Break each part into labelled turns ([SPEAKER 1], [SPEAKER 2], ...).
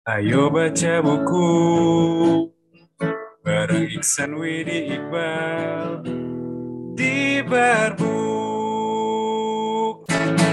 [SPEAKER 1] Ayo baca buku bareng Iksan Widi Iqbal di Barbuk.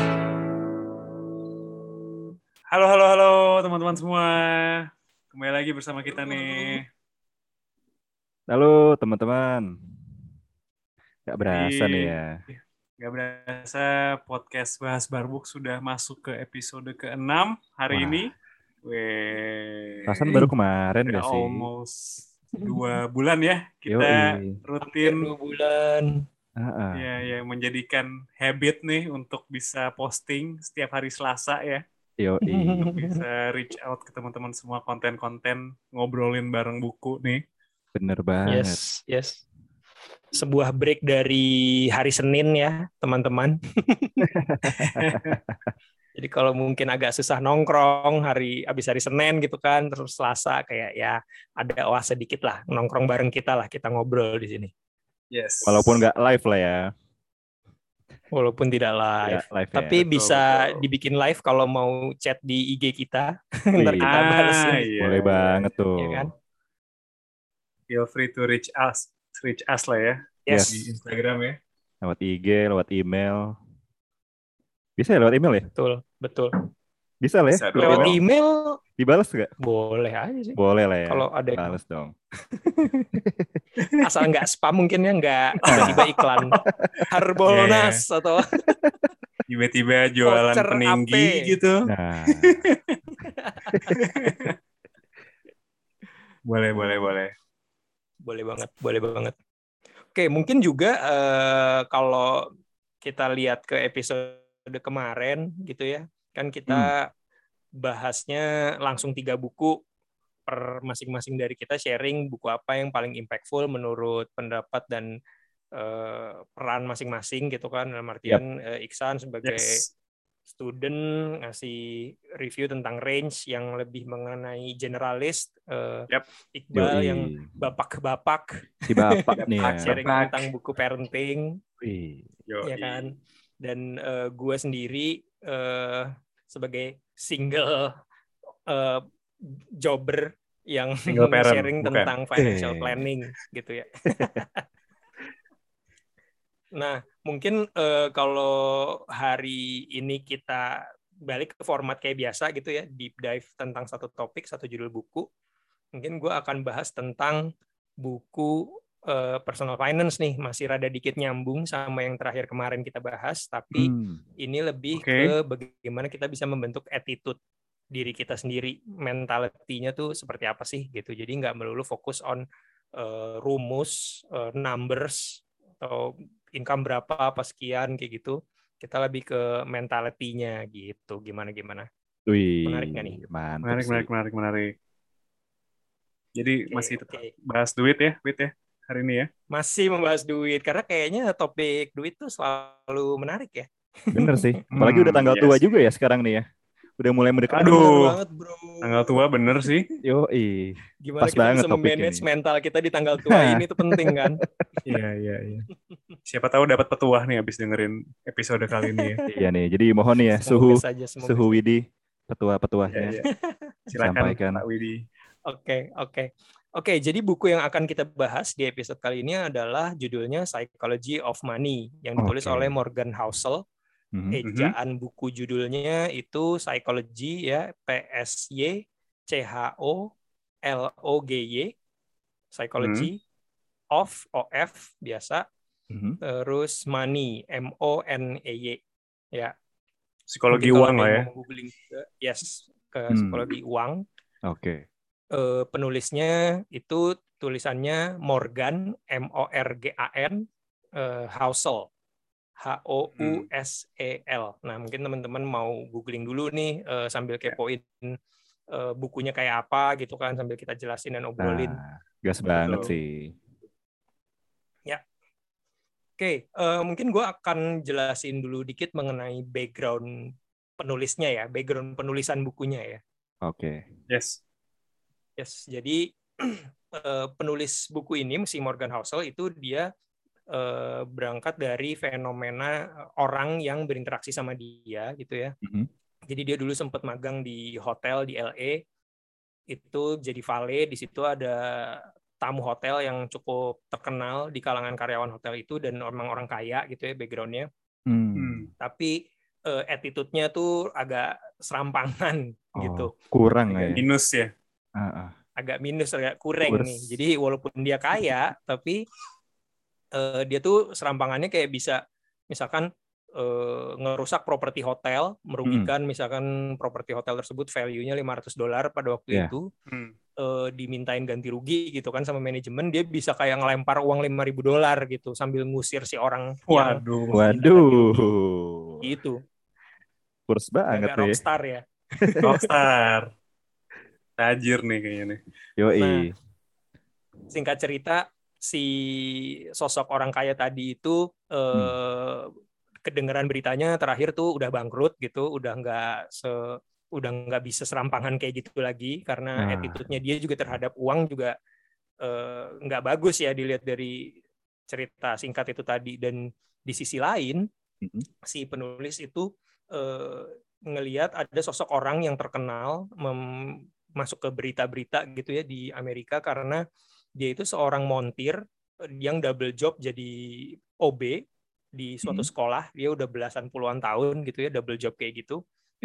[SPEAKER 1] Halo, halo, halo teman-teman semua. Kembali lagi bersama kita nih
[SPEAKER 2] Halo teman-teman, gak berasa nih
[SPEAKER 1] di
[SPEAKER 2] ya.
[SPEAKER 1] Gak berasa podcast Bahas Barbuk sudah masuk ke episode ke-6 hari
[SPEAKER 2] Wah,
[SPEAKER 1] ini.
[SPEAKER 2] perasaan
[SPEAKER 1] Weh,
[SPEAKER 2] baru kemarin
[SPEAKER 1] udah
[SPEAKER 2] gak sih?
[SPEAKER 1] almost 2 bulan ya kita
[SPEAKER 2] Yoi.
[SPEAKER 1] rutin
[SPEAKER 3] Hampir 2 bulan.
[SPEAKER 2] Ah,
[SPEAKER 1] ya menjadikan habit nih untuk bisa posting setiap hari Selasa ya, untuk
[SPEAKER 2] yoi.
[SPEAKER 1] bisa reach out ke teman-teman semua, konten-konten ngobrolin bareng buku nih.
[SPEAKER 2] Bener banget.
[SPEAKER 3] Yes, yes. Sebuah break dari hari Senin ya, teman-teman. Jadi kalau mungkin agak susah nongkrong habis hari Senin gitu kan, terus Selasa kayak ya ada oase sedikit lah, nongkrong bareng kita lah, kita ngobrol di sini.
[SPEAKER 2] Walaupun
[SPEAKER 1] Yes,
[SPEAKER 2] gak live lah ya.
[SPEAKER 3] Walaupun tidak
[SPEAKER 2] Ya
[SPEAKER 3] live,
[SPEAKER 2] live ya.
[SPEAKER 3] tapi
[SPEAKER 1] betul
[SPEAKER 3] bisa
[SPEAKER 1] betul.
[SPEAKER 3] dibikin live kalau mau chat di IG kita, ntar
[SPEAKER 2] Wih,
[SPEAKER 3] kita balesin,
[SPEAKER 1] Iya
[SPEAKER 2] boleh
[SPEAKER 1] iya
[SPEAKER 2] banget
[SPEAKER 1] iya.
[SPEAKER 3] ya
[SPEAKER 2] tuh.
[SPEAKER 3] kan?
[SPEAKER 1] Feel free to reach us lah ya di
[SPEAKER 2] Yes,
[SPEAKER 3] Yes,
[SPEAKER 1] Instagram ya.
[SPEAKER 2] lewat IG, lewat email. Bisa ya lewat email ya?
[SPEAKER 3] betul, betul.
[SPEAKER 2] Bisa lah ya
[SPEAKER 1] Bisa
[SPEAKER 2] lewat
[SPEAKER 3] Lewat
[SPEAKER 2] email.
[SPEAKER 1] dong.
[SPEAKER 3] email
[SPEAKER 2] Dibalas gak?
[SPEAKER 3] boleh aja sih.
[SPEAKER 2] Boleh lah ya.
[SPEAKER 3] Kalau ada yang
[SPEAKER 2] Balas dong.
[SPEAKER 3] asal nggak spam mungkin ya, nggak tiba-tiba iklan
[SPEAKER 1] Iya ya.
[SPEAKER 3] Harbolnas atau
[SPEAKER 1] Tiba-tiba jualan
[SPEAKER 3] voucher
[SPEAKER 1] peninggi
[SPEAKER 3] AP.
[SPEAKER 1] gitu.
[SPEAKER 2] Nah,
[SPEAKER 1] Boleh boleh boleh.
[SPEAKER 3] Boleh banget, boleh banget. Oke, mungkin juga kalau kita lihat ke episode kemarin gitu ya, kan
[SPEAKER 2] hmm,
[SPEAKER 3] kita bahasnya langsung 3 buku per masing-masing dari kita sharing buku apa yang paling impactful menurut pendapat dan peran masing-masing gitu kan, dalam
[SPEAKER 2] yap.
[SPEAKER 3] artian Iksan sebagai
[SPEAKER 1] Yes.
[SPEAKER 3] student ngasih review tentang range yang lebih mengenai generalis,
[SPEAKER 1] Yap.
[SPEAKER 3] Iqbal yang
[SPEAKER 2] Yoi.
[SPEAKER 3] bapak-bapak
[SPEAKER 2] Si bapak nih ya.
[SPEAKER 1] Bapak
[SPEAKER 3] sharing
[SPEAKER 1] bapak.
[SPEAKER 3] tentang buku parenting,
[SPEAKER 2] Wih.
[SPEAKER 3] ya
[SPEAKER 1] Yoi.
[SPEAKER 3] kan. Dan gue sendiri sebagai single uh, jobber yang
[SPEAKER 1] Single parent
[SPEAKER 3] sharing
[SPEAKER 1] bukan?
[SPEAKER 3] tentang financial
[SPEAKER 2] Eh.
[SPEAKER 3] planning gitu ya. Nah, mungkin kalau hari ini kita balik ke format kayak biasa gitu ya, deep dive tentang satu topik, satu judul buku. Mungkin gue akan bahas tentang buku personal finance nih, masih rada dikit nyambung sama yang terakhir kemarin kita bahas, tapi
[SPEAKER 2] Hmm.
[SPEAKER 3] ini lebih
[SPEAKER 1] Oke.
[SPEAKER 3] ke bagaimana kita bisa membentuk attitude diri kita sendiri, mentality-nya tuh seperti apa sih gitu. Jadi nggak melulu fokus on rumus, numbers, atau income berapa, apa sekian kayak gitu. Kita lebih ke mentality-nya gitu. Gimana? Menarik nggak nih?
[SPEAKER 2] Wih, mantep
[SPEAKER 1] Menarik
[SPEAKER 2] sih.
[SPEAKER 1] menarik menarik menarik. Jadi masih tetap
[SPEAKER 3] Oke.
[SPEAKER 1] bahas duit ya, hari ini ya.
[SPEAKER 3] Masih membahas duit karena kayaknya topik duit tuh selalu menarik ya.
[SPEAKER 2] Bener sih. Apalagi udah tanggal
[SPEAKER 1] Iya
[SPEAKER 2] tua
[SPEAKER 1] sih.
[SPEAKER 2] juga ya sekarang nih ya. Udah mulai mendekati.
[SPEAKER 3] Bener
[SPEAKER 1] Aduh,
[SPEAKER 3] banget, bro.
[SPEAKER 1] tanggal tua bener sih.
[SPEAKER 2] Yoi,
[SPEAKER 3] Gimana
[SPEAKER 2] pas
[SPEAKER 3] kita
[SPEAKER 2] banget
[SPEAKER 3] bisa
[SPEAKER 2] topik
[SPEAKER 3] memanage
[SPEAKER 2] ini.
[SPEAKER 3] mental kita di tanggal tua ini tuh penting kan?
[SPEAKER 1] Iya iya iya. Siapa tahu dapat petuah nih abis dengerin episode kali ini ya.
[SPEAKER 2] Iya nih, jadi mohon nih ya suhu
[SPEAKER 3] Semoga saja, semoga
[SPEAKER 2] suhu
[SPEAKER 3] saja.
[SPEAKER 2] Widi
[SPEAKER 1] Iya
[SPEAKER 2] petua-petuahnya
[SPEAKER 1] iya. Silakan
[SPEAKER 2] disampaikan.
[SPEAKER 1] Pak Widi.
[SPEAKER 3] Oke, jadi buku yang akan kita bahas di episode kali ini adalah judulnya Psychology of Money yang ditulis oleh
[SPEAKER 2] Oke.
[SPEAKER 3] Morgan Housel.
[SPEAKER 2] Mhm.
[SPEAKER 1] Mhm.
[SPEAKER 3] Ejaan buku judulnya itu Psychology ya, PSYCHOLOGY,
[SPEAKER 1] Mhm.
[SPEAKER 3] Psychology of biasa,
[SPEAKER 2] Mhm.
[SPEAKER 3] terus Money MONEY ya.
[SPEAKER 1] Psikologi
[SPEAKER 3] Mungkin kalau
[SPEAKER 1] uang
[SPEAKER 3] ada
[SPEAKER 1] lah
[SPEAKER 3] yang
[SPEAKER 1] ya.
[SPEAKER 3] mau googling juga, yes, ke
[SPEAKER 2] Hmm.
[SPEAKER 3] psikologi uang.
[SPEAKER 2] Oke.
[SPEAKER 3] Penulisnya itu tulisannya Morgan MORGAN, Housel HOUSEL. Nah, mungkin teman-teman mau googling dulu nih sambil
[SPEAKER 1] Ya.
[SPEAKER 3] kepoin bukunya kayak apa gitu kan, sambil kita jelasin dan obrolin.
[SPEAKER 2] Nah, gas
[SPEAKER 3] Gitu.
[SPEAKER 2] banget sih.
[SPEAKER 3] Ya. Oke, mungkin gue akan jelasin dulu dikit mengenai background penulisnya ya, background penulisan bukunya ya.
[SPEAKER 2] Oke.
[SPEAKER 1] Yes.
[SPEAKER 3] Yes, jadi penulis buku ini, si Morgan Housel, itu dia berangkat dari fenomena orang yang berinteraksi sama dia gitu ya.
[SPEAKER 2] Mhm.
[SPEAKER 3] Jadi dia dulu sempat magang di hotel di LA, itu jadi valet. Di situ ada tamu hotel yang cukup terkenal di kalangan karyawan hotel itu dan orang-orang kaya gitu ya background-nya. Tapi attitude-nya tuh agak serampangan gitu.
[SPEAKER 2] Kurang
[SPEAKER 3] agak
[SPEAKER 2] ya.
[SPEAKER 1] Minus ya.
[SPEAKER 3] Agak minus, agak kurang
[SPEAKER 2] Kurs.
[SPEAKER 3] nih. Jadi walaupun dia kaya, tapi dia tuh serampangannya kayak bisa misalkan ngerusak properti hotel, merugikan misalkan properti hotel tersebut value-nya $500 pada waktu itu, dimintain ganti rugi gitu kan sama manajemen, dia bisa kayak ngelempar uang $5.000 gitu sambil ngusir si orang yang minta ganti rugi. Gitu.
[SPEAKER 2] Kurs banget
[SPEAKER 3] Agak
[SPEAKER 2] tuh
[SPEAKER 3] rockstar ya.
[SPEAKER 1] Rockstar. Tajir nih kayaknya nih.
[SPEAKER 2] Yoi.
[SPEAKER 3] Nah, singkat cerita, si sosok orang kaya tadi itu kedengeran beritanya terakhir tuh udah bangkrut gitu, udah nggak bisa serampangan kayak gitu lagi karena attitude-nya dia juga terhadap uang juga nggak bagus ya dilihat dari cerita singkat itu tadi. Dan di sisi lain si penulis itu ngelihat ada sosok orang yang terkenal masuk ke berita-berita gitu ya di Amerika karena dia itu seorang montir yang double job jadi OB di suatu sekolah. Dia udah belasan puluhan tahun gitu ya double job kayak gitu.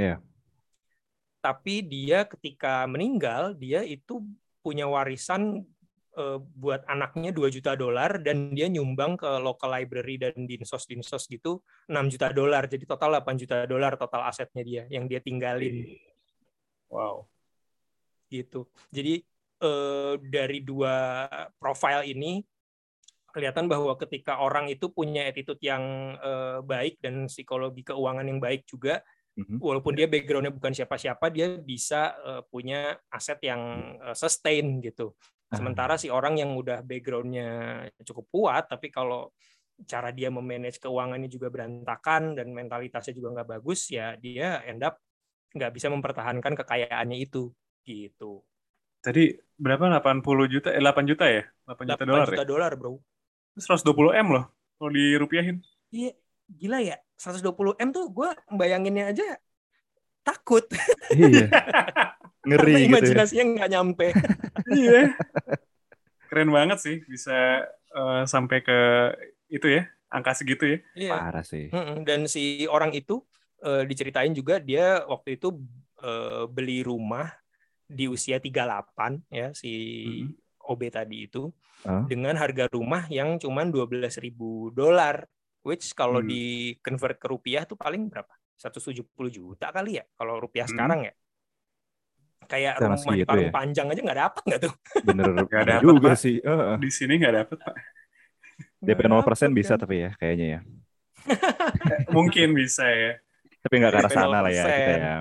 [SPEAKER 3] Tapi dia ketika meninggal dia itu punya warisan buat anaknya $2 juta dan dia nyumbang ke local library dan dinsos gitu $6 juta. Jadi total $8 juta total asetnya dia yang dia tinggalin.
[SPEAKER 1] Wow.
[SPEAKER 3] Gitu. Jadi dari dua profil ini kelihatan bahwa ketika orang itu punya attitude yang baik dan psikologi keuangan yang baik juga, walaupun dia background-nya bukan siapa-siapa, dia bisa punya aset yang sustain gitu. Sementara si orang yang udah background-nya cukup kuat, tapi kalau cara dia memanage keuangannya juga berantakan dan mentalitasnya juga nggak bagus, ya dia end up nggak bisa mempertahankan kekayaannya itu. Gitu.
[SPEAKER 1] Tadi berapa? 8 juta ya? 8 juta dolar ya?
[SPEAKER 3] $8 juta, bro.
[SPEAKER 1] 120 M loh, kalau dirupiahin.
[SPEAKER 3] Iya, gila ya. 120 M tuh gue bayanginnya aja takut.
[SPEAKER 2] Iya. Ngeri gitu.
[SPEAKER 3] Imajinasinya nggak nyampe.
[SPEAKER 1] Iya. Keren banget sih bisa sampai ke itu ya, angka segitu ya.
[SPEAKER 3] Iya.
[SPEAKER 2] Parah sih.
[SPEAKER 3] Dan si orang itu diceritain juga dia waktu itu beli rumah di usia 38 ya si OB tadi itu dengan harga rumah yang cuma $12.000, which kalau di convert ke rupiah tuh paling berapa? 170 juta kali ya kalau rupiah sekarang ya. Kayak
[SPEAKER 2] sama
[SPEAKER 3] rumah di Parung Panjang aja nggak dapat nggak tuh?
[SPEAKER 2] Bener
[SPEAKER 1] nggak dapat
[SPEAKER 2] juga
[SPEAKER 1] Pak.
[SPEAKER 2] sih.
[SPEAKER 1] Di sini nggak dapat Pak.
[SPEAKER 2] DP 0% bisa kan? Tapi ya kayaknya ya.
[SPEAKER 1] Mungkin bisa ya.
[SPEAKER 2] Tapi nggak ke arah sana lah ya kita ya.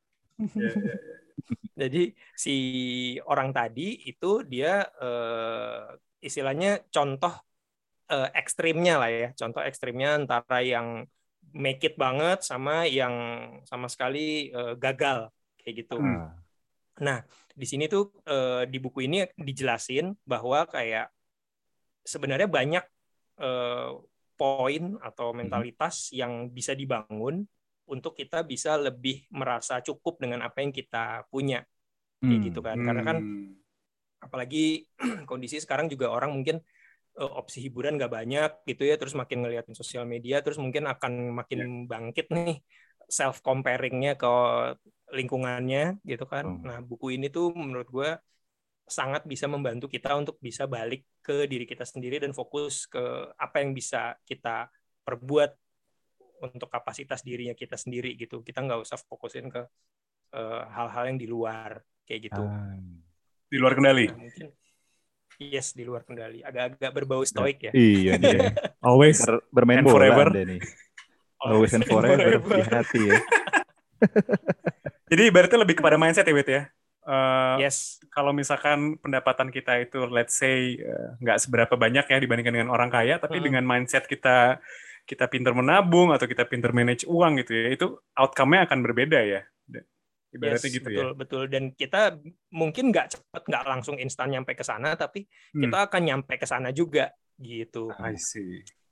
[SPEAKER 3] Jadi si orang tadi itu dia istilahnya contoh ekstrimnya lah ya. Contoh ekstrimnya antara yang make it banget sama yang sama sekali gagal kayak gitu. Nah, di sini tuh di buku ini dijelasin bahwa kayak sebenarnya banyak poin atau mentalitas yang bisa dibangun untuk kita bisa lebih merasa cukup dengan apa yang kita punya. Kayak gitu kan. Karena kan apalagi kondisi sekarang juga orang mungkin opsi hiburan nggak banyak gitu ya, terus makin ngeliatin sosial media, terus mungkin akan makin bangkit nih self comparingnya ke lingkungannya gitu kan. Nah buku ini tuh menurut gue sangat bisa membantu kita untuk bisa balik ke diri kita sendiri dan fokus ke apa yang bisa kita perbuat untuk kapasitas dirinya kita sendiri gitu. Kita nggak usah fokusin ke hal-hal yang di luar kayak gitu.
[SPEAKER 1] Di luar kendali.
[SPEAKER 3] Nah, mungkin yes, di luar kendali. Agak-agak berbau stoik ya.
[SPEAKER 2] Iya nih.
[SPEAKER 1] Always
[SPEAKER 2] bermain
[SPEAKER 1] and
[SPEAKER 2] bola
[SPEAKER 1] forever.
[SPEAKER 2] Anda nih. Always and forever di hati ya.
[SPEAKER 1] Jadi berarti lebih kepada mindset ya, Bet ya.
[SPEAKER 3] Yes.
[SPEAKER 1] Kalau misalkan pendapatan kita itu let's say nggak seberapa banyak ya dibandingkan dengan orang kaya, tapi dengan mindset kita pintar menabung atau kita pintar manage uang gitu ya, itu outcome-nya akan berbeda ya. Ibaratnya gitu
[SPEAKER 3] betul,
[SPEAKER 1] ya.
[SPEAKER 3] Betul. Dan kita mungkin nggak cepat, nggak langsung instan nyampe ke sana, tapi kita akan nyampe ke sana juga gitu.
[SPEAKER 1] I see.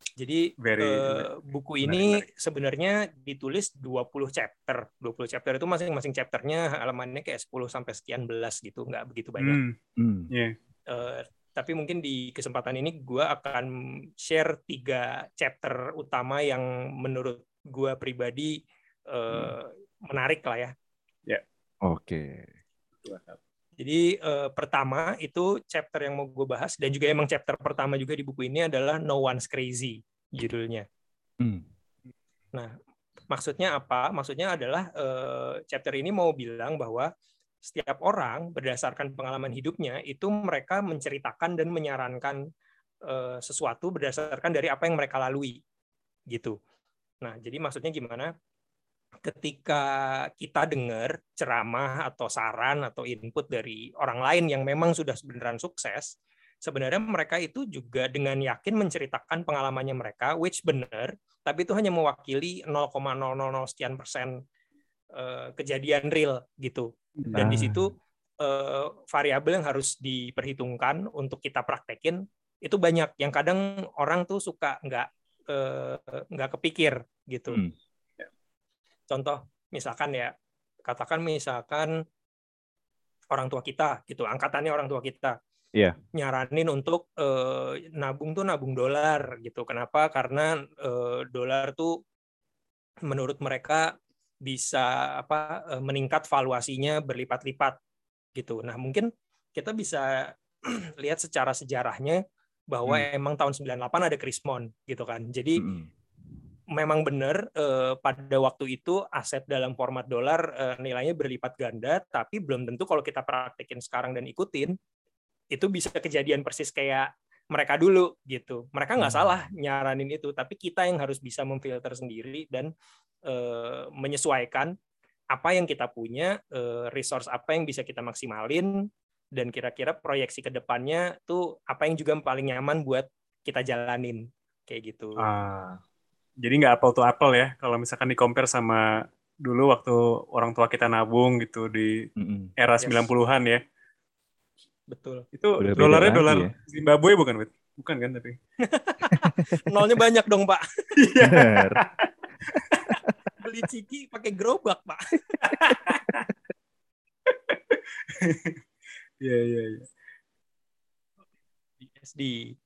[SPEAKER 3] Jadi
[SPEAKER 1] Very
[SPEAKER 3] buku
[SPEAKER 1] menarik,
[SPEAKER 3] ini
[SPEAKER 1] menarik.
[SPEAKER 3] sebenarnya ditulis 20 chapter. 20 chapter itu masing-masing chapternya halamannya kayak 10 sampai sekian belas gitu, nggak begitu banyak.
[SPEAKER 1] Yeah.
[SPEAKER 3] Tapi mungkin di kesempatan ini gue akan share 3 chapter utama yang menurut gue pribadi menarik lah ya.
[SPEAKER 1] Ya.
[SPEAKER 2] Oke.
[SPEAKER 3] Jadi pertama itu chapter yang mau gue bahas, dan juga emang chapter pertama juga di buku ini adalah No One's Crazy judulnya. Nah, maksudnya apa? Maksudnya adalah chapter ini mau bilang bahwa setiap orang berdasarkan pengalaman hidupnya itu mereka menceritakan dan menyarankan sesuatu berdasarkan dari apa yang mereka lalui gitu. Nah, jadi maksudnya gimana? Ketika kita dengar ceramah atau saran atau input dari orang lain yang memang sudah beneran sukses, sebenarnya mereka itu juga dengan yakin menceritakan pengalamannya mereka, which benar, tapi itu hanya mewakili 0,000 sekian persen kejadian real gitu. Dan di situ variabel yang harus diperhitungkan untuk kita praktekin itu banyak. Yang kadang orang tuh suka nggak kepikir gitu. Contoh misalkan ya, katakan misalkan orang tua kita gitu, angkatannya orang tua kita nyaranin untuk nabung dolar gitu. Kenapa? Karena dolar tuh menurut mereka bisa meningkat valuasinya berlipat-lipat gitu. Nah, mungkin kita bisa lihat secara sejarahnya bahwa emang tahun 98 ada krismon gitu kan. Jadi memang benar pada waktu itu aset dalam format dolar nilainya berlipat ganda, tapi belum tentu kalau kita praktekin sekarang dan ikutin itu bisa kejadian persis kayak mereka dulu gitu. Mereka nggak salah nyaranin itu, tapi kita yang harus bisa memfilter sendiri dan menyesuaikan apa yang kita punya, resource apa yang bisa kita maksimalin, dan kira-kira proyeksi ke depannya tuh apa yang juga paling nyaman buat kita jalanin kayak gitu.
[SPEAKER 1] Jadi nggak apple to apple ya, kalau misalkan di-compare sama dulu waktu orang tua kita nabung gitu di era 90-an ya.
[SPEAKER 3] Betul.
[SPEAKER 1] Itu
[SPEAKER 2] udah
[SPEAKER 1] dolarnya
[SPEAKER 2] beda
[SPEAKER 1] dolar
[SPEAKER 2] lagi ya.
[SPEAKER 1] Zimbabwe bukan, Bet? Bukan kan tapi.
[SPEAKER 3] Nolnya banyak dong, Pak.
[SPEAKER 2] Bener.
[SPEAKER 3] Beli ciki pakai gerobak, Pak.
[SPEAKER 1] Iya.
[SPEAKER 3] USD.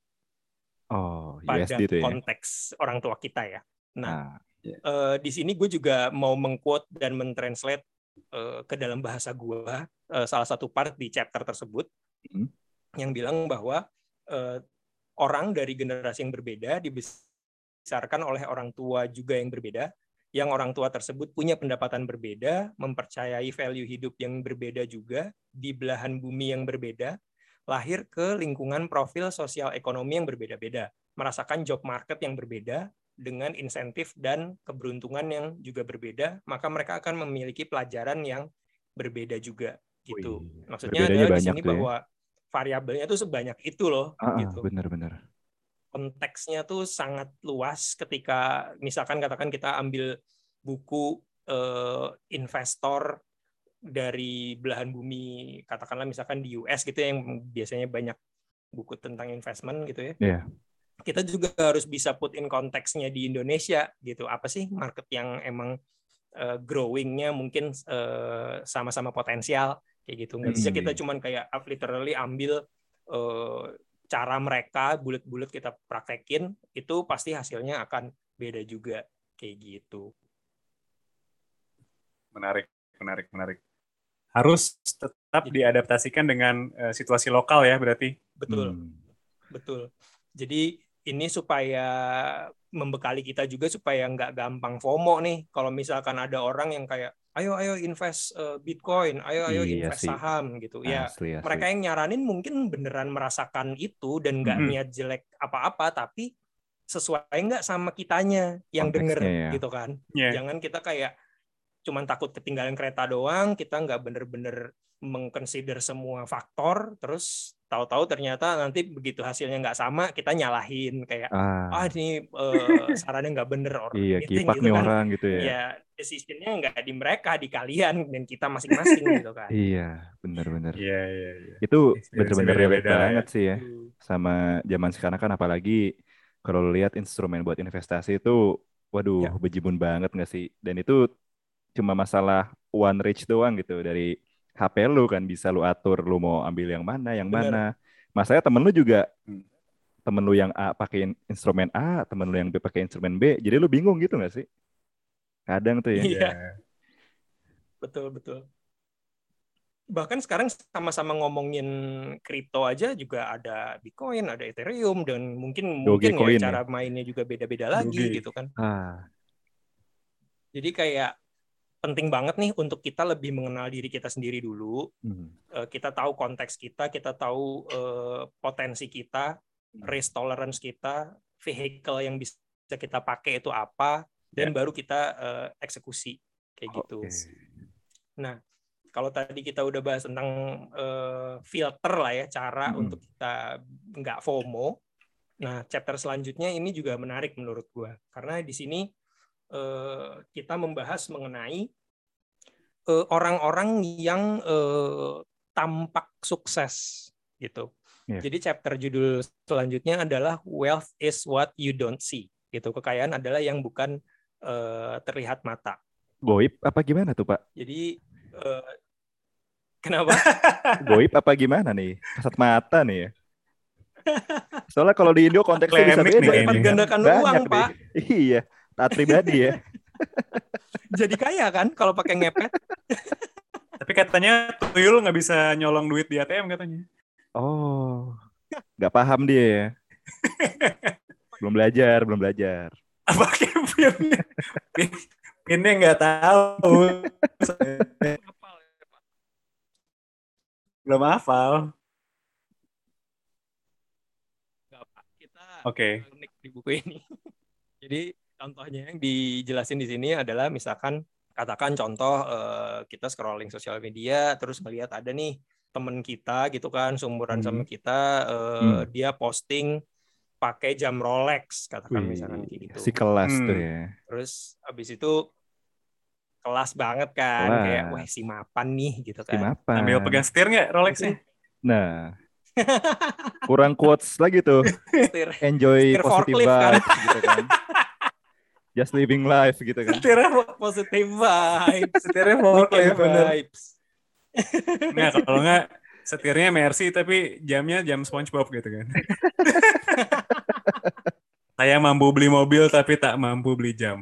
[SPEAKER 2] USD
[SPEAKER 3] pada
[SPEAKER 2] itu ya.
[SPEAKER 3] konteks orang tua kita ya. Nah, di sini gue juga mau mengquote dan mentranslate ke dalam bahasa gue salah satu part di chapter tersebut yang bilang bahwa orang dari generasi yang berbeda dibesarkan oleh orang tua juga yang berbeda, yang orang tua tersebut punya pendapatan berbeda, mempercayai value hidup yang berbeda juga, di belahan bumi yang berbeda, lahir ke lingkungan profil sosial ekonomi yang berbeda-beda, merasakan job market yang berbeda, dengan insentif dan keberuntungan yang juga berbeda, maka mereka akan memiliki pelajaran yang berbeda juga gitu. Maksudnya adalah di sini bahwa variabelnya tuh sebanyak itu loh. Gitu.
[SPEAKER 2] Benar-benar.
[SPEAKER 3] Konteksnya tuh sangat luas ketika misalkan katakan kita ambil buku investor dari belahan bumi, katakanlah misalkan di US gitu yang biasanya banyak buku tentang investment gitu ya.
[SPEAKER 2] Yeah.
[SPEAKER 3] Kita juga harus bisa put in konteksnya di Indonesia gitu. Apa sih market yang emang growing-nya mungkin sama-sama potensial kayak gitu. Nggak bisa kita cuman kayak literally ambil cara mereka bulat-bulat kita praktekin, itu pasti hasilnya akan beda juga kayak gitu.
[SPEAKER 1] Menarik. Harus tetap diadaptasikan dengan situasi lokal ya berarti. Betul. Jadi ini supaya membekali kita juga supaya nggak gampang FOMO nih. Kalau misalkan ada orang yang kayak, ayo invest Bitcoin, ayo invest saham gitu. Asli. Mereka yang nyaranin mungkin beneran merasakan itu dan nggak niat jelek apa-apa, tapi sesuai nggak sama kitanya yang denger gitu kan. Jangan kita kayak cuman takut ketinggalan kereta doang, kita nggak bener-bener mengconsider semua faktor, terus tahu-tahu ternyata nanti begitu hasilnya nggak sama, kita nyalahin kayak ini sarannya nggak bener orang.
[SPEAKER 2] Iya, kipak nih orang gitu ya.
[SPEAKER 3] Ya decisionnya nggak di mereka, di kalian dan kita masing-masing gitu kan.
[SPEAKER 2] Iya, benar-benar.
[SPEAKER 1] Iya.
[SPEAKER 2] Itu benar-benar relate banget sih ya. Sama zaman sekarang kan apalagi kalau lu lihat instrumen buat investasi itu, waduh,
[SPEAKER 3] Ya,
[SPEAKER 2] bejibun banget nggak sih? Dan itu cuma masalah one reach doang gitu dari HP lu kan bisa lu atur lu mau ambil yang mana, yang
[SPEAKER 3] benar.
[SPEAKER 2] mana. Masanya temen lu juga
[SPEAKER 1] Hmm.
[SPEAKER 2] temen lu yang A pakai instrumen A, temen lu yang B pakai instrumen B. Jadi lu bingung gitu nggak sih? Kadang tuh ya.
[SPEAKER 3] Iya,
[SPEAKER 1] Ya.
[SPEAKER 3] betul betul. Bahkan sekarang sama-sama ngomongin kripto aja juga ada Bitcoin, ada Ethereum, dan mungkin mungkin ya
[SPEAKER 2] Dogecoin ya.
[SPEAKER 3] cara mainnya juga beda-beda lagi
[SPEAKER 1] Doge.
[SPEAKER 3] gitu kan.
[SPEAKER 2] Ah,
[SPEAKER 3] Jadi kayak penting banget nih untuk kita lebih mengenal diri kita sendiri dulu.
[SPEAKER 2] hmm,
[SPEAKER 3] Kita tahu konteks kita tahu potensi kita, risk tolerance kita, vehicle yang bisa kita pakai itu apa,
[SPEAKER 1] Ya.
[SPEAKER 3] dan baru kita eksekusi kayak gitu.
[SPEAKER 2] oke.
[SPEAKER 3] Nah, kalau tadi kita udah bahas tentang filter lah ya, cara
[SPEAKER 2] Mm-mm.
[SPEAKER 3] untuk kita nggak FOMO. Nah, chapter selanjutnya ini juga menarik menurut gue, karena di sini kita membahas mengenai orang-orang yang tampak sukses gitu.
[SPEAKER 2] Yeah.
[SPEAKER 3] Jadi chapter judul selanjutnya adalah Wealth is what you don't see. Gitu. Kekayaan adalah yang bukan terlihat mata.
[SPEAKER 2] Goib apa gimana tuh Pak?
[SPEAKER 3] Jadi kenapa?
[SPEAKER 2] Goib apa gimana nih? Kasat mata nih ya. Soalnya kalau di Indo konteksnya bisa
[SPEAKER 1] Klinik nih
[SPEAKER 2] beda
[SPEAKER 3] Melipat
[SPEAKER 1] kayaknya.
[SPEAKER 3] gandakan
[SPEAKER 2] Banyak
[SPEAKER 3] uang,
[SPEAKER 2] nih.
[SPEAKER 3] Pak.
[SPEAKER 2] Iya, taat pribadi ya.
[SPEAKER 3] Jadi kaya kan kalau pakai ngepet.
[SPEAKER 1] Tapi katanya tuyul nggak bisa nyolong duit di ATM katanya.
[SPEAKER 2] Oh, nggak paham dia ya. Belum belajar, belum belajar.
[SPEAKER 1] Apa pinnya? Pinnya nggak tahu. Belum hafal.
[SPEAKER 3] Nggak, Pak. Kita
[SPEAKER 1] Oke.
[SPEAKER 3] unik di buku ini. Jadi contohnya yang dijelasin di sini adalah misalkan katakan contoh kita scrolling sosial media terus melihat ada nih temen kita gitu kan seumuran sama kita dia posting pakai jam Rolex katakan misalkan kayak gitu.
[SPEAKER 2] Si kelas tuh ya.
[SPEAKER 3] Terus habis itu kelas banget kan kayak wah
[SPEAKER 2] Kelas.
[SPEAKER 3] si mapan nih gitu
[SPEAKER 2] Si
[SPEAKER 3] kan.
[SPEAKER 2] mapan.
[SPEAKER 1] Sambil pegang setir nggak Rolexnya?
[SPEAKER 2] Nah, kurang quotes lagi tuh.
[SPEAKER 3] Setir
[SPEAKER 2] Enjoy
[SPEAKER 3] setir
[SPEAKER 2] positive
[SPEAKER 3] forklift kan.
[SPEAKER 2] vibes gitu kan. Just living life gitu kan.
[SPEAKER 1] Setirnya
[SPEAKER 3] Positive vibes.
[SPEAKER 1] setirnya
[SPEAKER 3] Weekend
[SPEAKER 1] forklift bener.
[SPEAKER 3] vibes.
[SPEAKER 1] Nggak, kalau nggak setirnya Mercy tapi jamnya jam SpongeBob gitu kan. Saya mampu beli mobil tapi tak mampu beli jam.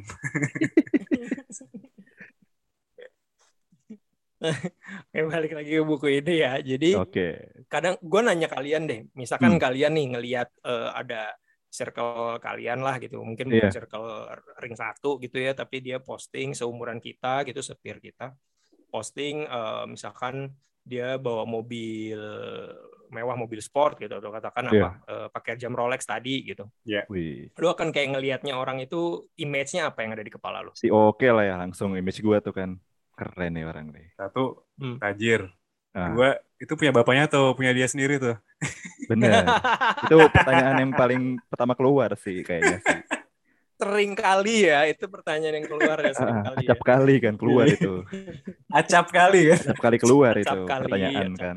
[SPEAKER 3] Oke, balik lagi ke buku ini ya. Jadi kadang gue nanya kalian deh, misalkan kalian nih ngelihat ada circle kalian lah gitu, mungkin bukan circle ring 1 gitu ya, tapi dia posting seumuran kita gitu, sepeer kita, posting misalkan dia bawa mobil mewah, mobil sport gitu, atau katakan pakai jam Rolex tadi gitu. Lu akan kayak ngelihatnya orang itu image-nya apa yang ada di kepala lu?
[SPEAKER 2] Si oke lah ya, langsung image gue tuh kan. Keren nih orang nih.
[SPEAKER 1] 1, tajir. 2, itu punya bapaknya atau punya dia sendiri tuh?
[SPEAKER 2] Bener. Itu pertanyaan yang paling pertama keluar sih kayaknya sih.
[SPEAKER 3] Sering kali ya, itu pertanyaan yang keluar ya sering kali.
[SPEAKER 2] Acap kali kan keluar itu.
[SPEAKER 1] Acap kali kan?
[SPEAKER 2] Acap kali keluar itu
[SPEAKER 3] kali,
[SPEAKER 2] pertanyaan kan.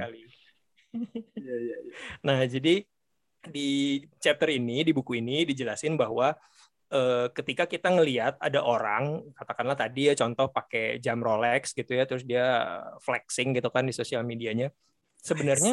[SPEAKER 3] Nah, jadi di chapter ini, di buku ini dijelasin bahwa ketika kita ngelihat ada orang, katakanlah tadi ya contoh pakai jam Rolex gitu ya, terus dia flexing gitu kan di sosial medianya, sebenarnya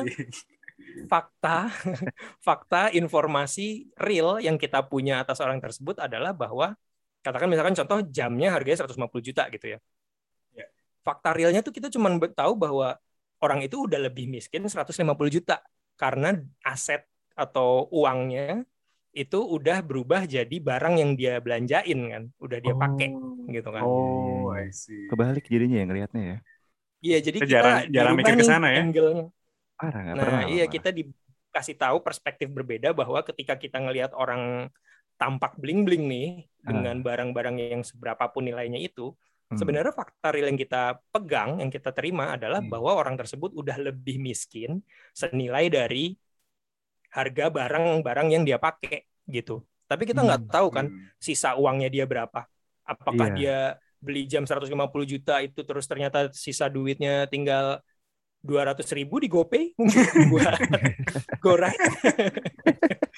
[SPEAKER 3] fakta informasi real yang kita punya atas orang tersebut adalah bahwa katakan misalkan contoh jamnya harganya 150 juta gitu ya. Fakta realnya tuh kita cuma tahu bahwa orang itu udah lebih miskin 150 juta karena aset atau uangnya itu udah berubah jadi barang yang dia belanjain kan, udah dia pakai gitu kan.
[SPEAKER 1] I see.
[SPEAKER 2] Kebalik jadinya yang ngelihatnya ya.
[SPEAKER 3] Iya, jadi kita
[SPEAKER 1] jarang mikir ke sana ya.
[SPEAKER 3] Angle-nya.
[SPEAKER 2] Nah,
[SPEAKER 3] iya kita dikasih tahu perspektif berbeda bahwa ketika kita ngelihat orang tampak bling-bling nih dengan barang-barang yang seberapapun nilainya itu, sebenarnya fakta real yang kita pegang, yang kita terima adalah bahwa orang tersebut udah lebih miskin senilai dari harga barang-barang yang dia pakai gitu. Tapi kita nggak tahu kan sisa uangnya dia berapa. Apakah dia beli jam 150 juta itu terus ternyata sisa duitnya tinggal 200.000 di GoPay mungkin buat GoRide.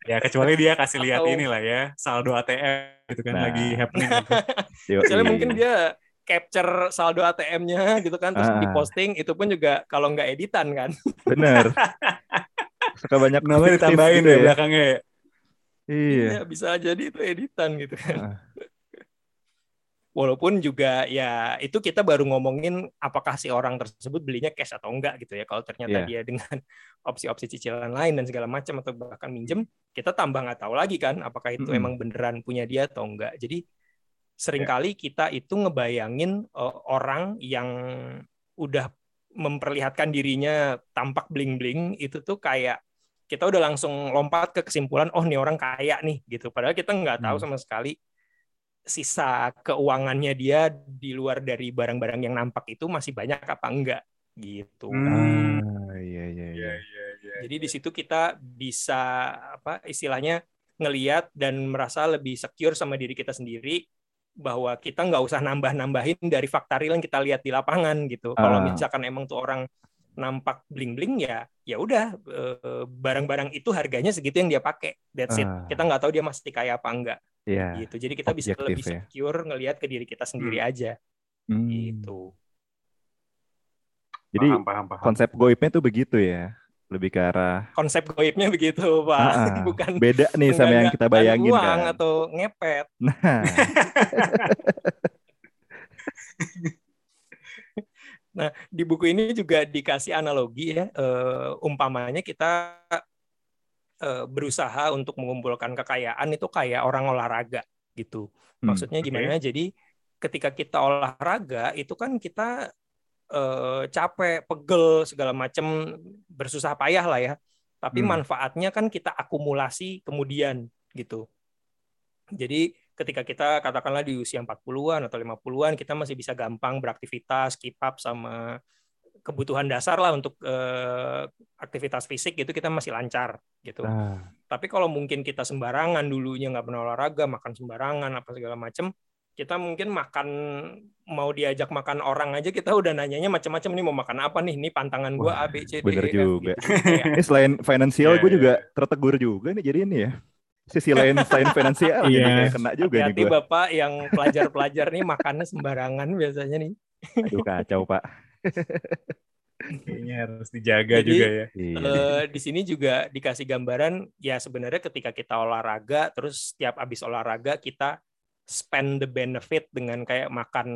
[SPEAKER 1] Ya kecuali dia kasih lihat
[SPEAKER 3] Atau
[SPEAKER 1] inilah ya, saldo ATM gitu kan lagi
[SPEAKER 2] Nah,
[SPEAKER 1] happening gitu.
[SPEAKER 3] misalnya mungkin
[SPEAKER 2] yoi.
[SPEAKER 3] dia capture saldo ATM-nya gitu kan, terus
[SPEAKER 2] Ah,
[SPEAKER 3] diposting, itu pun juga kalau nggak editan kan.
[SPEAKER 2] bener. Suka banyak
[SPEAKER 1] Namanya
[SPEAKER 2] fiktif
[SPEAKER 1] ditambahin
[SPEAKER 2] gitu
[SPEAKER 1] ya
[SPEAKER 2] ya.
[SPEAKER 1] belakangnya ya.
[SPEAKER 3] Iya,
[SPEAKER 2] Iya.
[SPEAKER 3] bisa jadi itu editan gitu kan.
[SPEAKER 2] Ah,
[SPEAKER 3] Walaupun juga ya itu kita baru ngomongin apakah si orang tersebut belinya cash atau enggak gitu ya. Kalau ternyata
[SPEAKER 2] iya.
[SPEAKER 3] dia dengan opsi-opsi cicilan lain dan segala macam atau bahkan minjem, kita tambah nggak tahu lagi kan apakah itu
[SPEAKER 2] Mm-mm.
[SPEAKER 3] emang beneran punya dia atau enggak. Jadi
[SPEAKER 1] Ya.
[SPEAKER 3] seringkali kita itu ngebayangin orang yang udah memperlihatkan dirinya tampak bling-bling itu tuh kayak kita udah langsung lompat ke kesimpulan, oh nih orang kaya nih gitu. Padahal kita nggak tahu
[SPEAKER 2] Hmm.
[SPEAKER 3] sama sekali sisa keuangannya dia di luar dari barang-barang yang nampak itu masih banyak apa enggak gitu.
[SPEAKER 1] Hmm.
[SPEAKER 2] Iya, iya,
[SPEAKER 1] Iya,
[SPEAKER 2] iya.
[SPEAKER 1] iya, iya.
[SPEAKER 3] Jadi di situ kita bisa apa istilahnya ngeliat dan merasa lebih secure sama diri kita sendiri bahwa kita nggak usah nambah-nambahin dari fakta real yang kita lihat di lapangan gitu. Kalau
[SPEAKER 2] Ah,
[SPEAKER 3] misalkan emang tuh orang nampak bling-bling ya ya udah barang-barang itu harganya segitu yang dia pakai. That's it. Kita
[SPEAKER 2] ah,
[SPEAKER 3] nggak tahu dia masih kaya apa enggak
[SPEAKER 2] iya.
[SPEAKER 3] gitu. Jadi kita bisa
[SPEAKER 2] Objektif
[SPEAKER 3] lebih
[SPEAKER 2] ya.
[SPEAKER 3] secure ngelihat ke diri kita sendiri
[SPEAKER 1] Hmm.
[SPEAKER 3] aja
[SPEAKER 2] Hmm.
[SPEAKER 3] gitu.
[SPEAKER 2] Jadi
[SPEAKER 1] Paham, paham, paham.
[SPEAKER 2] konsep goibnya tuh begitu ya. Lebih ke arah
[SPEAKER 3] Konsep goibnya begitu, Pak. Bukan
[SPEAKER 2] beda nih sama yang kita
[SPEAKER 3] menggandakan
[SPEAKER 2] bayangin
[SPEAKER 3] uang
[SPEAKER 2] kan.
[SPEAKER 3] atau ngepet.
[SPEAKER 2] Nah,
[SPEAKER 3] Nah, di buku ini juga dikasih analogi ya, umpamanya kita berusaha untuk mengumpulkan kekayaan itu kayak orang olahraga gitu. Maksudnya
[SPEAKER 1] Oke.
[SPEAKER 3] gimana? Jadi ketika kita olahraga itu kan kita capek, pegel, segala macam, bersusah payah lah ya. Tapi
[SPEAKER 1] Hmm.
[SPEAKER 3] manfaatnya kan kita akumulasi kemudian gitu. Jadi ketika kita katakanlah di usia 40-an atau 50-an kita masih bisa gampang beraktivitas, keep up sama kebutuhan dasar lah untuk aktivitas fisik gitu kita masih lancar gitu.
[SPEAKER 2] nah,
[SPEAKER 3] Tapi kalau mungkin kita sembarangan dulunya nggak pernah olahraga, makan sembarangan apa segala macam, kita mungkin makan mau diajak makan orang aja kita udah nanyanya macam-macam nih mau makan apa nih, ini pantangan gue
[SPEAKER 2] wah,
[SPEAKER 3] A B C D
[SPEAKER 2] bener
[SPEAKER 3] E F
[SPEAKER 2] juga.
[SPEAKER 3] gitu. Jadi kayak
[SPEAKER 2] Ini selain finansial,
[SPEAKER 1] Iya,
[SPEAKER 2] gue
[SPEAKER 1] iya.
[SPEAKER 2] juga tertegur juga nih jadi ini ya. Sisi lain selain finansial
[SPEAKER 1] Iya.
[SPEAKER 2] jadi kayak kena juga nih
[SPEAKER 3] hati-hati
[SPEAKER 2] gue.
[SPEAKER 3] Bapak yang pelajar-pelajar nih makannya sembarangan biasanya nih.
[SPEAKER 2] Aduh kacau Pak.
[SPEAKER 1] Kayaknya harus dijaga juga
[SPEAKER 3] Jadi
[SPEAKER 1] ya.
[SPEAKER 2] Iya.
[SPEAKER 3] di sini juga dikasih gambaran ya sebenarnya ketika kita olahraga terus setiap habis olahraga kita spend the benefit dengan kayak makan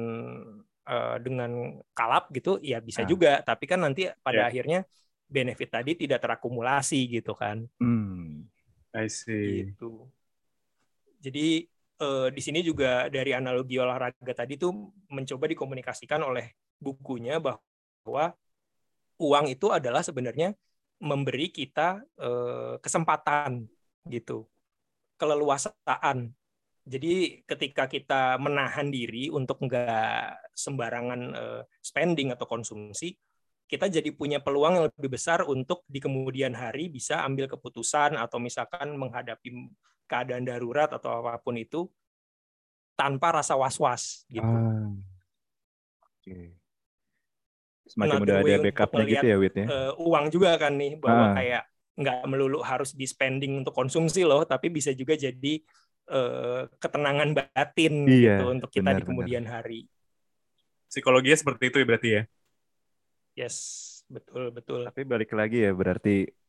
[SPEAKER 3] dengan kalap gitu ya bisa
[SPEAKER 2] Ah,
[SPEAKER 3] juga tapi kan nanti pada
[SPEAKER 1] Ya,
[SPEAKER 3] akhirnya benefit tadi tidak terakumulasi gitu kan
[SPEAKER 2] hmm.
[SPEAKER 1] I see.
[SPEAKER 3] gitu. Jadi di sini juga dari analogi olahraga tadi tuh mencoba dikomunikasikan oleh bukunya bahwa uang itu adalah sebenarnya memberi kita kesempatan gitu, keleluasaan. Jadi ketika kita menahan diri untuk nggak sembarangan spending atau konsumsi, kita jadi punya peluang yang lebih besar untuk di kemudian hari bisa ambil keputusan atau misalkan menghadapi keadaan darurat atau apapun itu tanpa rasa was-was gitu.
[SPEAKER 2] Ah, oke. Semacam
[SPEAKER 3] Another
[SPEAKER 2] udah ada
[SPEAKER 3] way untuk
[SPEAKER 2] backupnya gitu
[SPEAKER 3] melihat
[SPEAKER 2] ya Wit ya.
[SPEAKER 3] uang juga kan nih bahwa
[SPEAKER 2] Ah,
[SPEAKER 3] kayak nggak melulu harus di spending untuk konsumsi loh, tapi bisa juga jadi ketenangan batin
[SPEAKER 2] iya,
[SPEAKER 3] gitu untuk kita di
[SPEAKER 2] benar-benar.
[SPEAKER 3] kemudian hari.
[SPEAKER 1] Psikologinya seperti itu ya berarti ya.
[SPEAKER 3] Yes, betul betul.
[SPEAKER 2] Tapi balik lagi ya berarti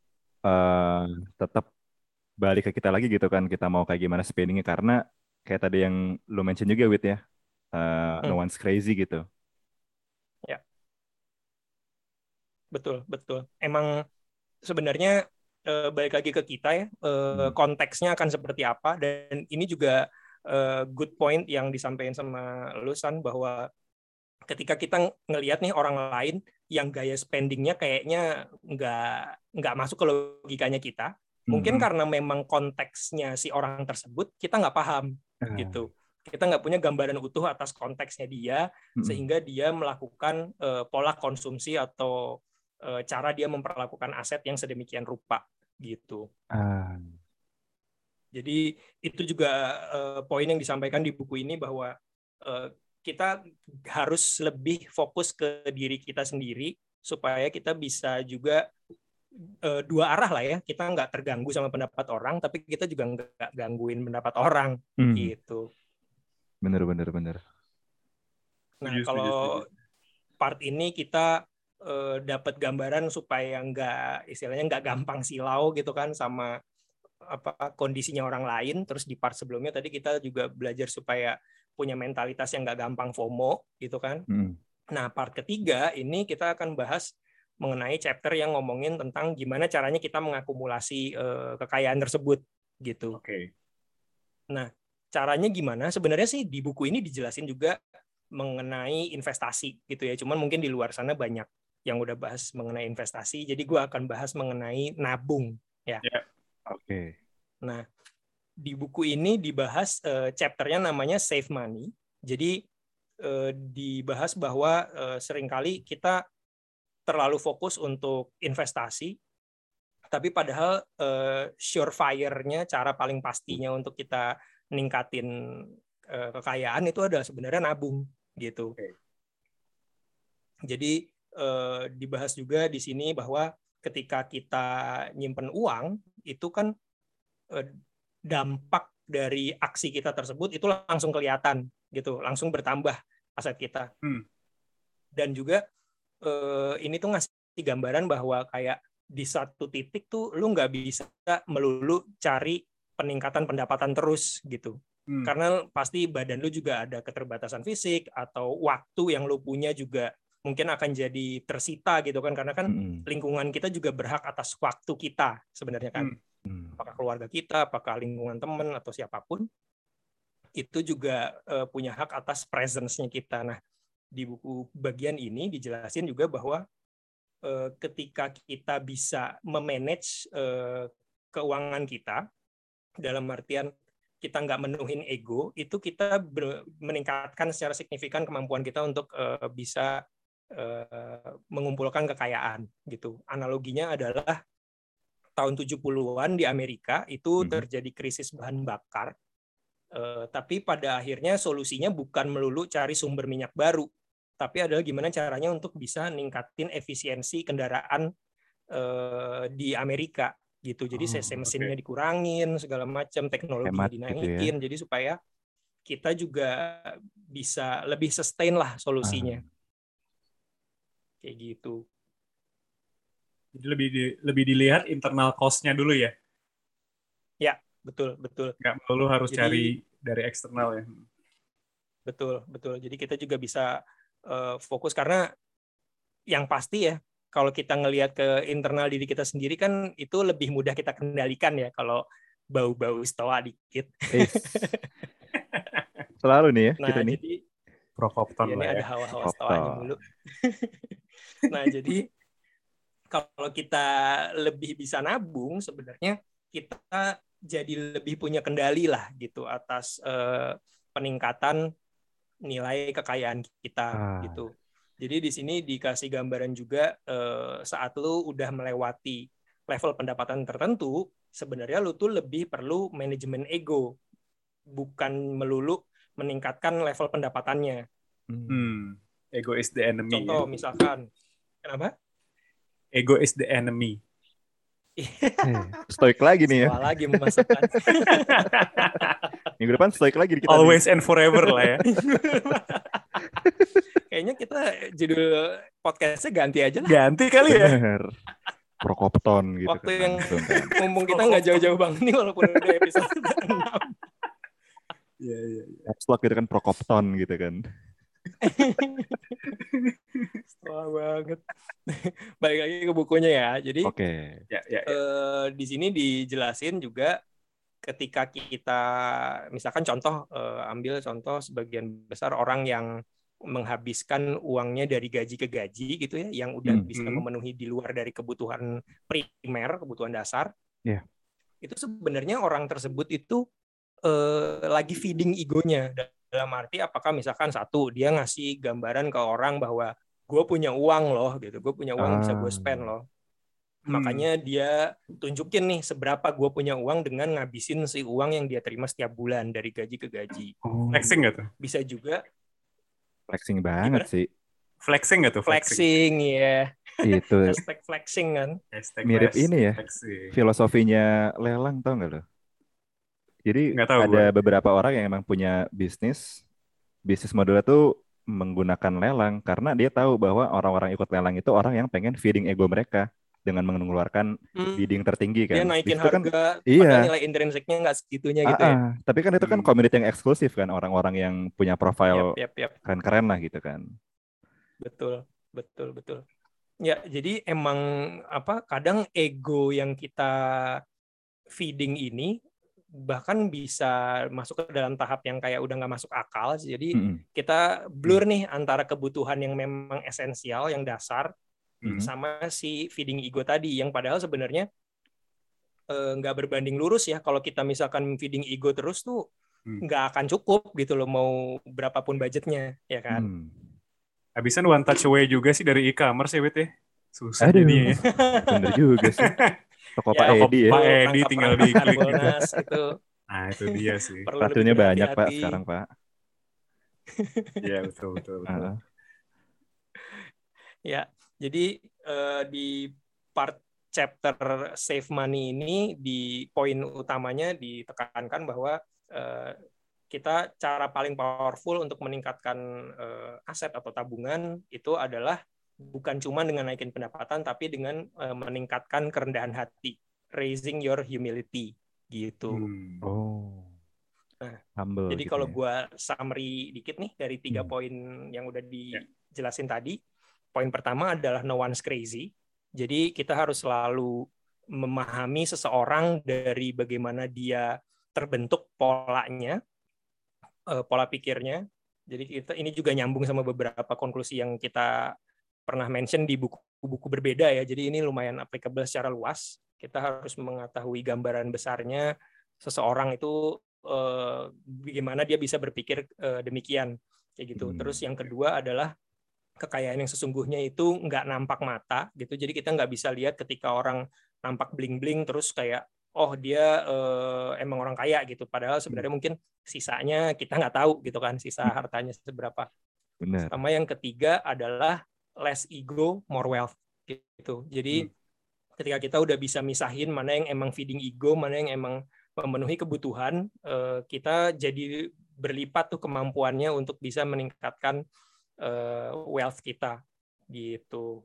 [SPEAKER 2] eh tetap balik ke kita lagi gitu kan kita mau kayak gimana spendingnya karena kayak tadi yang lu mention juga Wit ya no
[SPEAKER 3] Hmm,
[SPEAKER 2] one's crazy gitu.
[SPEAKER 3] ya, betul betul. Emang sebenarnya balik lagi ke kita ya,
[SPEAKER 2] Hmm.
[SPEAKER 3] konteksnya akan seperti apa dan ini juga good point yang disampaikan sama Lusan bahwa ketika kita ngelihat nih orang lain yang gaya spendingnya kayaknya nggak masuk ke logikanya kita, mungkin
[SPEAKER 2] Hmm.
[SPEAKER 3] karena memang konteksnya si orang tersebut kita nggak paham
[SPEAKER 2] Ah,
[SPEAKER 3] gitu. Kita nggak punya gambaran utuh atas konteksnya dia,
[SPEAKER 2] mm-mm.
[SPEAKER 3] sehingga dia melakukan pola konsumsi atau cara dia memperlakukan aset yang sedemikian rupa gitu.
[SPEAKER 2] Ah,
[SPEAKER 3] Jadi itu juga poin yang disampaikan di buku ini bahwa kita harus lebih fokus ke diri kita sendiri supaya kita bisa juga dua arah lah ya. Kita nggak terganggu sama pendapat orang, tapi kita juga nggak gangguin pendapat orang gitu.
[SPEAKER 2] Bener.
[SPEAKER 3] Nah, kalau part ini kita dapat gambaran supaya istilahnya nggak gampang silau gitu kan sama kondisinya orang lain. Terus di part sebelumnya tadi kita juga belajar supaya punya mentalitas yang nggak gampang FOMO gitu kan. Nah, part ketiga ini kita akan bahas mengenai chapter yang ngomongin tentang gimana caranya kita mengakumulasi kekayaan tersebut gitu.
[SPEAKER 1] Oke.
[SPEAKER 3] Nah, caranya gimana? Sebenarnya sih di buku ini dijelasin juga mengenai investasi gitu ya. Cuman mungkin di luar sana banyak yang udah bahas mengenai investasi. Jadi gue akan bahas mengenai nabung ya.
[SPEAKER 2] Oke.
[SPEAKER 3] Nah, di buku ini dibahas chapternya namanya Save Money. Jadi dibahas bahwa seringkali kita terlalu fokus untuk investasi, tapi padahal surefire-nya, cara paling pastinya untuk kita ningkatin kekayaan itu adalah sebenarnya nabung gitu. Jadi dibahas juga di sini bahwa ketika kita nyimpen uang itu kan dampak dari aksi kita tersebut itu langsung kelihatan gitu, langsung bertambah aset kita. Dan juga ini tuh ngasih gambaran bahwa kayak di satu titik tuh lu nggak bisa melulu cari peningkatan pendapatan terus gitu. Karena pasti badan lu juga ada keterbatasan fisik atau waktu yang lu punya juga mungkin akan jadi tersita gitu kan, karena kan lingkungan kita juga berhak atas waktu kita sebenarnya kan. Apakah keluarga kita, apakah lingkungan teman atau siapapun itu juga punya hak atas presence-nya kita. Nah, di buku bagian ini dijelasin juga bahwa ketika kita bisa memanage keuangan kita, dalam artian kita nggak menuhin ego, itu kita meningkatkan secara signifikan kemampuan kita untuk bisa mengumpulkan kekayaan gitu. Analoginya adalah tahun 70-an di Amerika itu terjadi krisis bahan bakar, tapi pada akhirnya solusinya bukan melulu cari sumber minyak baru, tapi adalah gimana caranya untuk bisa ningkatin efisiensi kendaraan di Amerika gitu. Jadi cc mesinnya dikurangin, segala macam, teknologinya dinaikin, gitu ya. Jadi supaya kita juga bisa lebih sustain lah solusinya. Kayak gitu.
[SPEAKER 1] Jadi lebih dilihat internal cost-nya dulu ya?
[SPEAKER 3] Ya, betul.
[SPEAKER 1] Nggak perlu harus cari dari eksternal ya?
[SPEAKER 3] Betul. Jadi kita juga bisa fokus, karena yang pasti ya, kalau kita ngelihat ke internal diri kita sendiri kan itu lebih mudah kita kendalikan ya kalau bau-bau stoa dikit.
[SPEAKER 2] Selalu nih ya,
[SPEAKER 3] nah,
[SPEAKER 2] kita nih.
[SPEAKER 3] Jadi
[SPEAKER 1] Prokopton
[SPEAKER 3] ya, ini
[SPEAKER 1] ya.
[SPEAKER 3] ada hawa-hawa stoanya dulu. Nah, jadi kalau kita lebih bisa nabung, sebenarnya kita jadi lebih punya kendali lah gitu atas peningkatan nilai kekayaan kita gitu. Jadi di sini dikasih gambaran juga saat lu udah melewati level pendapatan tertentu, sebenarnya lu tuh lebih perlu manajemen ego, bukan melulu meningkatkan level pendapatannya.
[SPEAKER 1] Ego is the enemy.
[SPEAKER 3] Contoh misalkan, kenapa?
[SPEAKER 1] Ego is the enemy.
[SPEAKER 2] Stoik lagi nih ya.
[SPEAKER 3] Soal lagi memasukkan.
[SPEAKER 2] Minggu depan stoik lagi kita.
[SPEAKER 1] Always and forever lah ya.
[SPEAKER 3] Kayaknya kita judul podcastnya ganti aja lah.
[SPEAKER 1] Ganti kali ya.
[SPEAKER 2] Bener. Prokopton gitu.
[SPEAKER 3] Waktu yang mumpung kita nggak jauh-jauh banget nih, walaupun udah episode 6.
[SPEAKER 1] Iya.
[SPEAKER 2] Slot gitu kan, Prokopton gitu kan.
[SPEAKER 3] Wah banget. Balik lagi ke bukunya ya. Jadi di sini dijelasin juga ketika kita misalkan ambil contoh sebagian besar orang yang menghabiskan uangnya dari gaji ke gaji gitu ya, yang udah bisa memenuhi di luar dari kebutuhan primer, kebutuhan dasar. Itu sebenarnya orang tersebut itu lagi feeding egonya. Dalam arti apakah misalkan satu, dia ngasih gambaran ke orang bahwa gue punya uang loh gitu, gue punya uang bisa gue spend loh. Makanya dia tunjukin nih seberapa gue punya uang dengan ngabisin si uang yang dia terima setiap bulan dari gaji ke gaji.
[SPEAKER 1] Flexing nggak tuh?
[SPEAKER 3] Bisa juga.
[SPEAKER 2] Flexing banget sih.
[SPEAKER 1] Flexing nggak tuh?
[SPEAKER 3] Flexing ya.
[SPEAKER 2] Itu
[SPEAKER 3] Hashtag flexing kan.
[SPEAKER 1] Hashtag
[SPEAKER 2] mirip ini ya,
[SPEAKER 1] flexing.
[SPEAKER 2] filosofinya lelang tau nggak lo? Jadi
[SPEAKER 1] Nggak tahu gue.
[SPEAKER 2] ada beberapa orang yang emang punya bisnis modelnya tuh menggunakan lelang karena dia tahu bahwa orang-orang ikut lelang itu orang yang pengen feeding ego mereka dengan mengeluarkan
[SPEAKER 3] Hmm,
[SPEAKER 2] bidding tertinggi
[SPEAKER 3] dia
[SPEAKER 2] kan. Di
[SPEAKER 3] naikin
[SPEAKER 2] situ kan
[SPEAKER 3] harga padahal
[SPEAKER 2] iya,
[SPEAKER 3] nilai intrinsiknya nggak segitunya gitu ya.
[SPEAKER 2] tapi kan itu kan
[SPEAKER 1] Hmm.
[SPEAKER 2] community yang eksklusif kan, orang-orang yang punya
[SPEAKER 3] Yap,
[SPEAKER 2] profile
[SPEAKER 3] yap, yap.
[SPEAKER 2] keren-keren lah gitu kan.
[SPEAKER 3] Betul, betul, betul. Ya, jadi emang kadang ego yang kita feeding ini bahkan bisa masuk ke dalam tahap yang kayak udah nggak masuk akal. Jadi
[SPEAKER 2] Mm-mm.
[SPEAKER 3] kita blur nih antara kebutuhan yang memang esensial, yang dasar,
[SPEAKER 2] Mm-mm.
[SPEAKER 3] sama si feeding ego tadi, yang padahal sebenarnya nggak berbanding lurus ya. Kalau kita misalkan feeding ego terus tuh nggak akan cukup gitu loh, mau berapapun budgetnya, ya kan?
[SPEAKER 1] Habisan one touch away juga sih dari e-commerce ya, Wit ya. Susah
[SPEAKER 2] Aduh,
[SPEAKER 1] jadinya ya.
[SPEAKER 2] bener juga sih. Toko
[SPEAKER 3] Ya,
[SPEAKER 2] Pak
[SPEAKER 1] Toko
[SPEAKER 2] Edi ya.
[SPEAKER 1] Pak
[SPEAKER 3] itu
[SPEAKER 1] Edi tinggal
[SPEAKER 3] perangkap-perangkap
[SPEAKER 1] diklik gitu.
[SPEAKER 3] Harbolnas itu
[SPEAKER 1] Nah, itu dia sih.
[SPEAKER 3] perlu lebih
[SPEAKER 2] Racunnya banyak Pak
[SPEAKER 3] berhati-hati.
[SPEAKER 2] sekarang Pak.
[SPEAKER 1] Iya, betul, betul, betul.
[SPEAKER 3] Ya, jadi di part chapter save money ini di poin utamanya ditekankan bahwa kita cara paling powerful untuk meningkatkan aset atau tabungan itu adalah bukan cuma dengan naikin pendapatan, tapi dengan meningkatkan kerendahan hati, raising your humility gitu.
[SPEAKER 2] Oh,
[SPEAKER 3] Nah,
[SPEAKER 2] humble
[SPEAKER 3] jadi
[SPEAKER 2] gitu
[SPEAKER 3] kalau
[SPEAKER 2] ya.
[SPEAKER 3] gue summary dikit nih dari 3 poin yang udah dijelasin tadi. Poin pertama adalah no one's crazy. Jadi kita harus selalu memahami seseorang dari bagaimana dia terbentuk polanya, pola pikirnya. Jadi ini juga nyambung sama beberapa konklusi yang kita pernah mention di buku-buku berbeda ya. Jadi ini lumayan applicable secara luas. Kita harus mengetahui gambaran besarnya seseorang itu bagaimana dia bisa berpikir demikian kayak gitu. Terus yang kedua adalah kekayaan yang sesungguhnya itu nggak nampak mata gitu. Jadi kita nggak bisa lihat ketika orang nampak bling-bling terus kayak oh dia emang orang kaya gitu. Padahal sebenarnya mungkin sisanya kita nggak tahu gitu kan, sisa hartanya seberapa.
[SPEAKER 2] Benar.
[SPEAKER 3] Sama yang ketiga adalah less ego, more wealth gitu. Jadi ketika kita udah bisa misahin mana yang emang feeding ego, mana yang emang memenuhi kebutuhan, kita jadi berlipat tuh kemampuannya untuk bisa meningkatkan wealth kita gitu.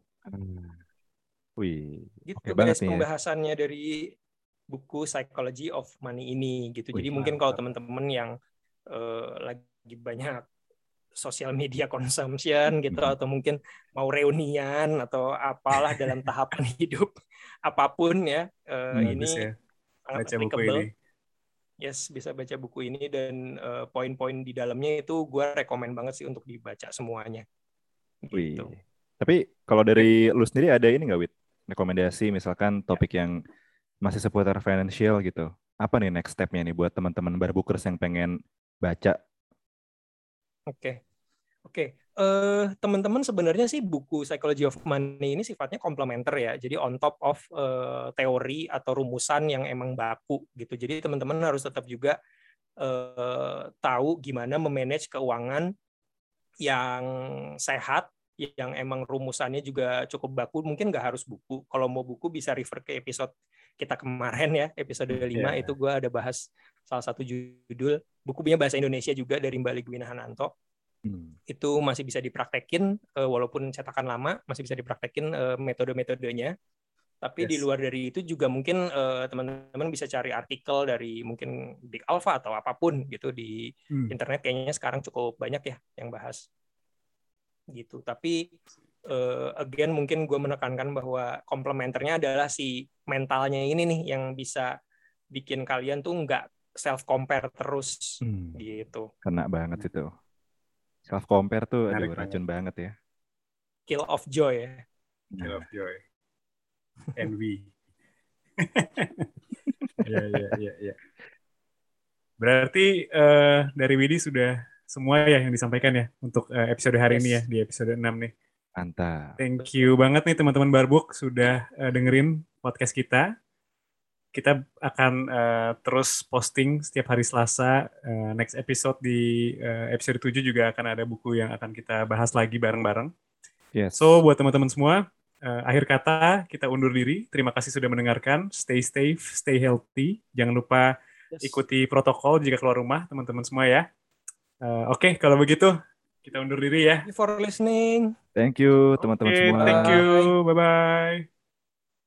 [SPEAKER 2] Wih,
[SPEAKER 3] Gitu
[SPEAKER 2] oke banget
[SPEAKER 3] guys
[SPEAKER 2] nih ya.
[SPEAKER 3] pembahasannya dari buku Psychology of Money ini gitu. Jadi
[SPEAKER 2] Wih,
[SPEAKER 3] mungkin kalau teman-teman yang lagi banyak social media consumption gitu atau mungkin mau reunian atau apalah dalam tahapan hidup apapun ya, ini
[SPEAKER 1] ya.
[SPEAKER 3] sangat
[SPEAKER 1] Baca buku
[SPEAKER 3] applicable.
[SPEAKER 1] ini.
[SPEAKER 3] Yes, bisa baca buku ini dan poin-poin di dalamnya itu gue rekomen banget sih untuk dibaca semuanya.
[SPEAKER 2] Wih.
[SPEAKER 3] Gitu.
[SPEAKER 2] Tapi kalau dari lu sendiri ada ini nggak, Wit? Rekomendasi misalkan topik yang masih seputar financial gitu. Apa nih next step-nya nih buat teman-teman barbookers yang pengen baca?
[SPEAKER 3] Oke. Teman-teman sebenarnya sih buku Psychology of Money ini sifatnya komplementer ya. Jadi on top of teori atau rumusan yang emang baku gitu. Jadi teman-teman harus tetap juga tahu gimana memanage keuangan yang sehat, yang emang rumusannya juga cukup baku. Mungkin nggak harus buku. Kalau mau buku bisa refer ke episode kita kemarin ya, episode 5 itu gue ada bahas salah satu judul. Bukunya bahasa Indonesia juga dari Mbak Ligwina Hananto. Itu masih bisa dipraktekin, walaupun cetakan lama, masih bisa dipraktekin metode-metodenya. Tapi di luar dari itu juga mungkin teman-teman bisa cari artikel dari mungkin Big Alpha atau apapun gitu di internet. Kayaknya sekarang cukup banyak ya yang bahas gitu. Tapi again mungkin gue menekankan bahwa komplementernya adalah si mentalnya ini nih yang bisa bikin kalian tuh nggak self compare terus gitu.
[SPEAKER 2] Kena banget itu. Self compare tuh aduh
[SPEAKER 1] Menarik
[SPEAKER 2] racun banget ya.
[SPEAKER 3] Kill of joy ya.
[SPEAKER 1] Kill of joy. Envy. Ya. Berarti dari Widi sudah semua ya yang disampaikan ya untuk episode hari ini ya, di episode 6 nih.
[SPEAKER 2] Mantap.
[SPEAKER 1] Thank you banget nih teman-teman Barbook sudah dengerin podcast kita. Kita akan terus posting setiap hari Selasa. Next episode di episode 7 juga akan ada buku yang akan kita bahas lagi bareng-bareng.
[SPEAKER 2] Yes.
[SPEAKER 1] So buat teman-teman semua, Akhir kata, kita undur diri. Terima kasih sudah mendengarkan. Stay safe, stay healthy. Jangan lupa ikuti protokol jika keluar rumah, teman-teman semua ya. Oke, kalau begitu, kita undur diri ya.
[SPEAKER 3] Thank you for listening.
[SPEAKER 2] Thank you
[SPEAKER 1] Oke,
[SPEAKER 2] teman-teman semua.
[SPEAKER 1] thank you.
[SPEAKER 3] Bye.
[SPEAKER 1] Bye-bye.